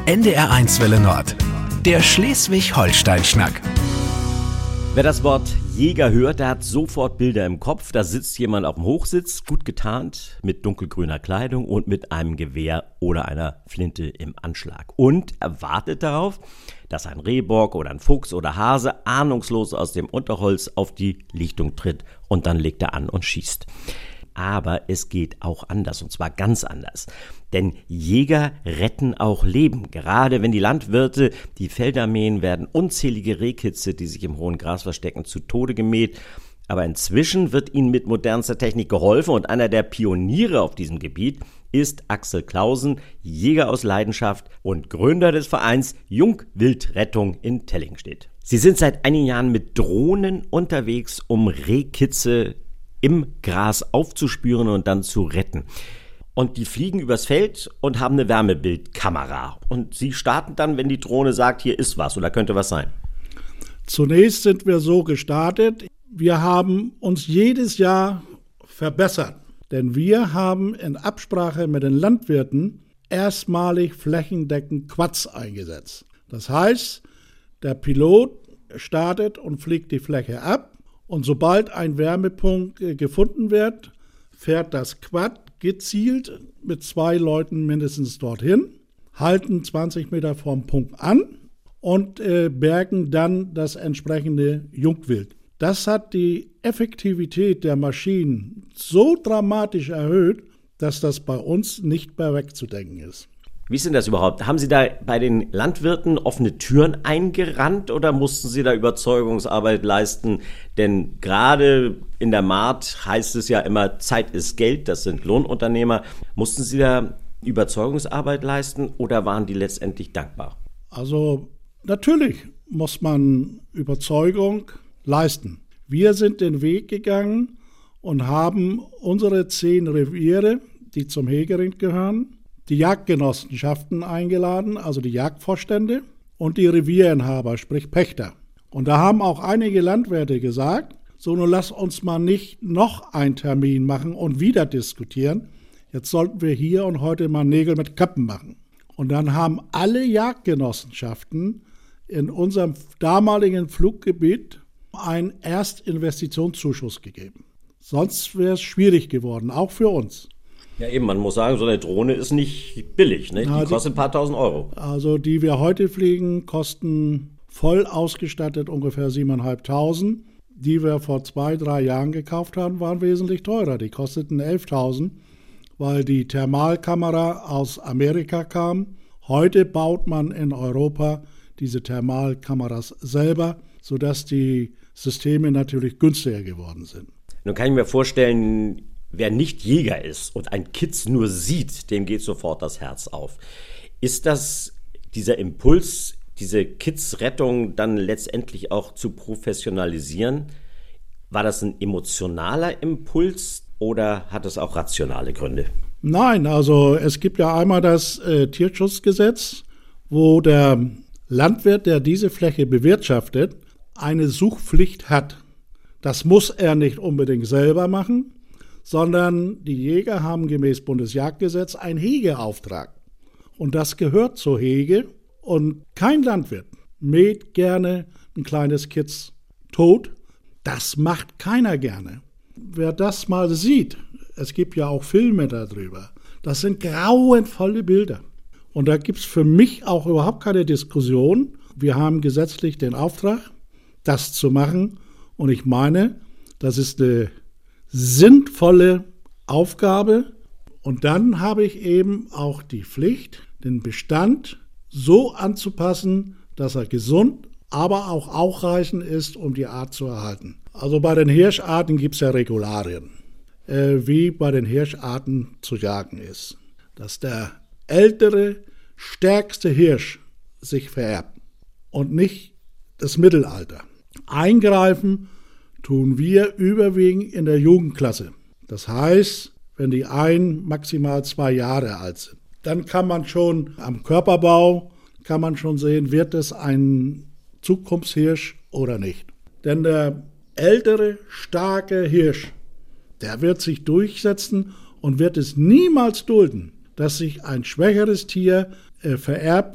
NDR1 Welle Nord. Der Schleswig-Holstein-Schnack. Wer das Wort Jäger hört, der hat sofort Bilder im Kopf. Da sitzt jemand auf dem Hochsitz, gut getarnt, mit dunkelgrüner Kleidung und mit einem Gewehr oder einer Flinte im Anschlag. Und er wartet darauf, dass ein Rehbock oder ein Fuchs oder Hase ahnungslos aus dem Unterholz auf die Lichtung tritt und dann legt er an und schießt. Aber es geht auch anders, und zwar ganz anders. Denn Jäger retten auch Leben. Gerade wenn die Landwirte die Felder mähen, werden unzählige Rehkitze, die sich im hohen Gras verstecken, zu Tode gemäht. Aber inzwischen wird ihnen mit modernster Technik geholfen, und einer der Pioniere auf diesem Gebiet ist Axel Clausen, Jäger aus Leidenschaft und Gründer des Vereins Jungwildrettung in Tellingstedt. Sie sind seit einigen Jahren mit Drohnen unterwegs, um Rehkitze im Gras aufzuspüren und dann zu retten. Und die fliegen übers Feld und haben eine Wärmebildkamera. Und sie starten dann, wenn die Drohne sagt, hier ist was oder könnte was sein. Zunächst sind wir so gestartet. Wir haben uns jedes Jahr verbessert. Denn wir haben in Absprache mit den Landwirten erstmalig flächendeckend Quads eingesetzt. Das heißt, der Pilot startet und fliegt die Fläche ab. Und sobald ein Wärmepunkt gefunden wird, fährt das Quad gezielt mit 2 Leuten mindestens dorthin, halten 20 Meter vom Punkt an und bergen dann das entsprechende Jungwild. Das hat die Effektivität der Maschinen so dramatisch erhöht, dass das bei uns nicht mehr wegzudenken ist. Wie ist denn das überhaupt? Haben Sie da bei den Landwirten offene Türen eingerannt oder mussten Sie da Überzeugungsarbeit leisten? Denn gerade in der Maat heißt es ja immer, Zeit ist Geld, das sind Lohnunternehmer. Mussten Sie da Überzeugungsarbeit leisten oder waren die letztendlich dankbar? Also natürlich muss man Überzeugung leisten. Wir sind den Weg gegangen und haben unsere 10 Reviere, die zum Hegerind gehören, die Jagdgenossenschaften eingeladen, also die Jagdvorstände und die Revierinhaber, sprich Pächter. Und da haben auch einige Landwirte gesagt, so nun lass uns mal nicht noch einen Termin machen und wieder diskutieren. Jetzt sollten wir hier und heute mal Nägel mit Köpfen machen. Und dann haben alle Jagdgenossenschaften in unserem damaligen Fluggebiet einen Erstinvestitionszuschuss gegeben. Sonst wäre es schwierig geworden, auch für uns. Ja eben, man muss sagen, so eine Drohne ist nicht billig, ne? Die kostet ein paar tausend Euro. Also die wir heute fliegen, kosten voll ausgestattet ungefähr 7.500. Die wir vor 2-3 Jahren gekauft haben, waren wesentlich teurer. Die kosteten 11.000, weil die Thermalkamera aus Amerika kam. Heute baut man in Europa diese Thermalkameras selber, sodass die Systeme natürlich günstiger geworden sind. Nun kann ich mir vorstellen, wer nicht Jäger ist und ein Kitz nur sieht, dem geht sofort das Herz auf. Ist das dieser Impuls, diese Kitzrettung dann letztendlich auch zu professionalisieren? War das ein emotionaler Impuls oder hat es auch rationale Gründe? Nein, also es gibt ja einmal das Tierschutzgesetz, wo der Landwirt, der diese Fläche bewirtschaftet, eine Suchpflicht hat. Das muss er nicht unbedingt selber machen, sondern die Jäger haben gemäß Bundesjagdgesetz einen Hegeauftrag. Und das gehört zur Hege. Und kein Landwirt mäht gerne ein kleines Kitz tot. Das macht keiner gerne. Wer das mal sieht, es gibt ja auch Filme darüber, das sind grauenvolle Bilder. Und da gibt es für mich auch überhaupt keine Diskussion. Wir haben gesetzlich den Auftrag, das zu machen. Und ich meine, das ist eine sinnvolle Aufgabe. Und dann habe ich eben auch die Pflicht, den Bestand so anzupassen, dass er gesund, aber auch ausreichend ist, um die Art zu erhalten. Also bei den Hirscharten gibt es ja Regularien, wie bei den Hirscharten zu jagen ist. Dass der ältere, stärkste Hirsch sich vererbt und nicht das Mittelalter. Eingreifen tun wir überwiegend in der Jugendklasse. Das heißt, wenn die maximal 2 Jahre alt sind. Dann kann man schon am Körperbau, kann man schon sehen, wird es ein Zukunftshirsch oder nicht. Denn der ältere, starke Hirsch, der wird sich durchsetzen und wird es niemals dulden, dass sich ein schwächeres Tier vererbt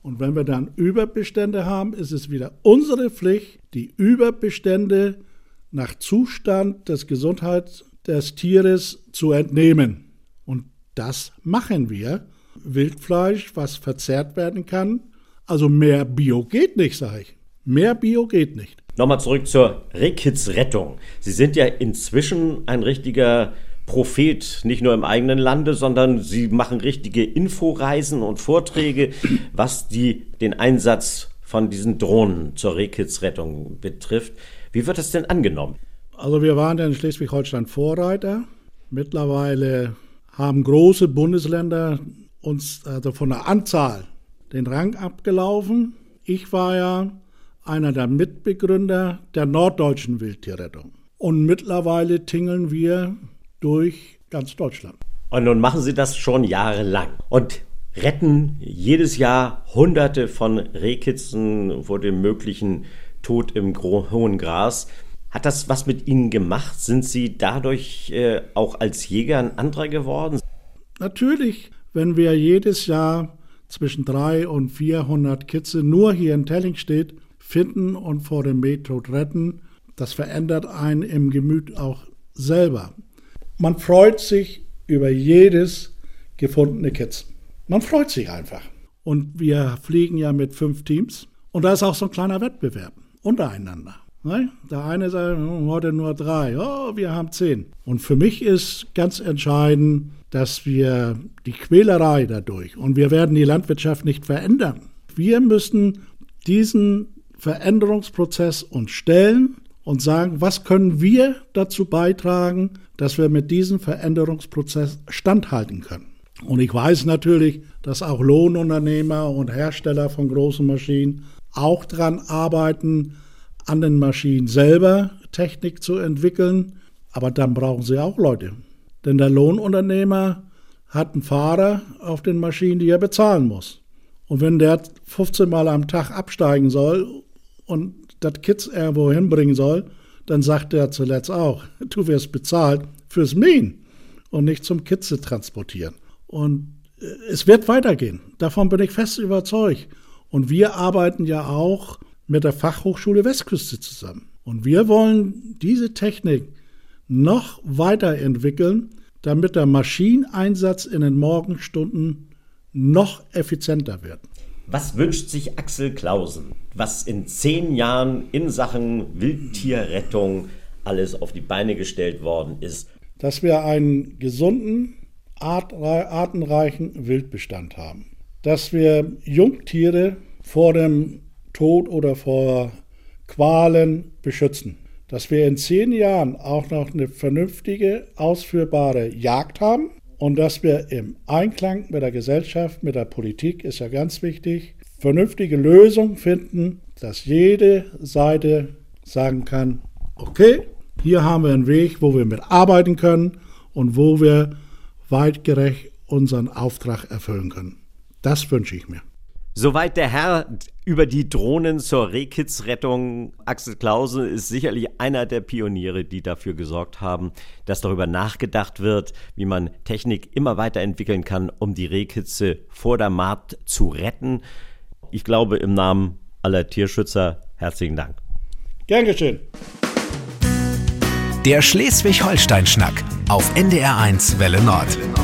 Und wenn wir dann Überbestände haben, ist es wieder unsere Pflicht, die Überbestände nach Zustand des Gesundheits des Tieres zu entnehmen. Und das machen wir. Wildfleisch, was verzehrt werden kann. Also mehr Bio geht nicht, sage ich. Mehr Bio geht nicht. Nochmal zurück zur Rehkitzrettung. Sie sind ja inzwischen ein richtiger Prophet, nicht nur im eigenen Lande, sondern Sie machen richtige Inforeisen und Vorträge, was den Einsatz von diesen Drohnen zur Rehkitzrettung betrifft. Wie wird das denn angenommen? Also wir waren ja in Schleswig-Holstein Vorreiter. Mittlerweile haben große Bundesländer uns also von der Anzahl den Rang abgelaufen. Ich war ja einer der Mitbegründer der norddeutschen Wildtierrettung. Und mittlerweile tingeln wir durch ganz Deutschland. Und nun machen Sie das schon jahrelang und retten jedes Jahr Hunderte von Rehkitzen vor dem möglichen Tod im hohen Gras. Hat das was mit Ihnen gemacht? Sind Sie dadurch auch als Jäger ein anderer geworden? Natürlich, wenn wir jedes Jahr zwischen 300 und 400 Kitze nur hier in Tellingstedt finden und vor dem Mehltod retten, das verändert einen im Gemüt auch selber. Man freut sich über jedes gefundene Kitz. Man freut sich einfach. Und wir fliegen ja mit 5 Teams. Und da ist auch so ein kleiner Wettbewerb untereinander. Ne? Der eine sagt, heute nur 3, oh, wir haben 10. Und für mich ist ganz entscheidend, dass wir die Quälerei dadurch, und wir werden die Landwirtschaft nicht verändern. Wir müssen diesen Veränderungsprozess uns stellen und sagen, was können wir dazu beitragen, dass wir mit diesem Veränderungsprozess standhalten können. Und ich weiß natürlich, dass auch Lohnunternehmer und Hersteller von großen Maschinen auch daran arbeiten, an den Maschinen selber Technik zu entwickeln. Aber dann brauchen sie auch Leute. Denn der Lohnunternehmer hat einen Fahrer auf den Maschinen, die er bezahlen muss. Und wenn der 15 Mal am Tag absteigen soll und das Kitz irgendwo hinbringen soll, dann sagt er zuletzt auch, du wirst bezahlt fürs Mähen und nicht zum Kitze transportieren. Und es wird weitergehen. Davon bin ich fest überzeugt. Und wir arbeiten ja auch mit der Fachhochschule Westküste zusammen. Und wir wollen diese Technik noch weiterentwickeln, damit der Maschineneinsatz in den Morgenstunden noch effizienter wird. Was wünscht sich Axel Clausen, was in 10 Jahren in Sachen Wildtierrettung alles auf die Beine gestellt worden ist? Dass wir einen gesunden, artenreichen Wildbestand haben. Dass wir Jungtiere vor dem Tod oder vor Qualen beschützen. Dass wir in 10 Jahren auch noch eine vernünftige, ausführbare Jagd haben. Und dass wir im Einklang mit der Gesellschaft, mit der Politik, ist ja ganz wichtig, vernünftige Lösungen finden, dass jede Seite sagen kann, okay, hier haben wir einen Weg, wo wir mitarbeiten können und wo wir weitgerecht unseren Auftrag erfüllen können. Das wünsche ich mir. Soweit der Herr über die Drohnen zur Rehkitzrettung. Axel Clausen ist sicherlich einer der Pioniere, die dafür gesorgt haben, dass darüber nachgedacht wird, wie man Technik immer weiterentwickeln kann, um die Rehkitze vor der Mahd zu retten. Ich glaube, im Namen aller Tierschützer herzlichen Dank. Gern geschehen. Der Schleswig-Holstein-Schnack auf NDR1 Welle Nord.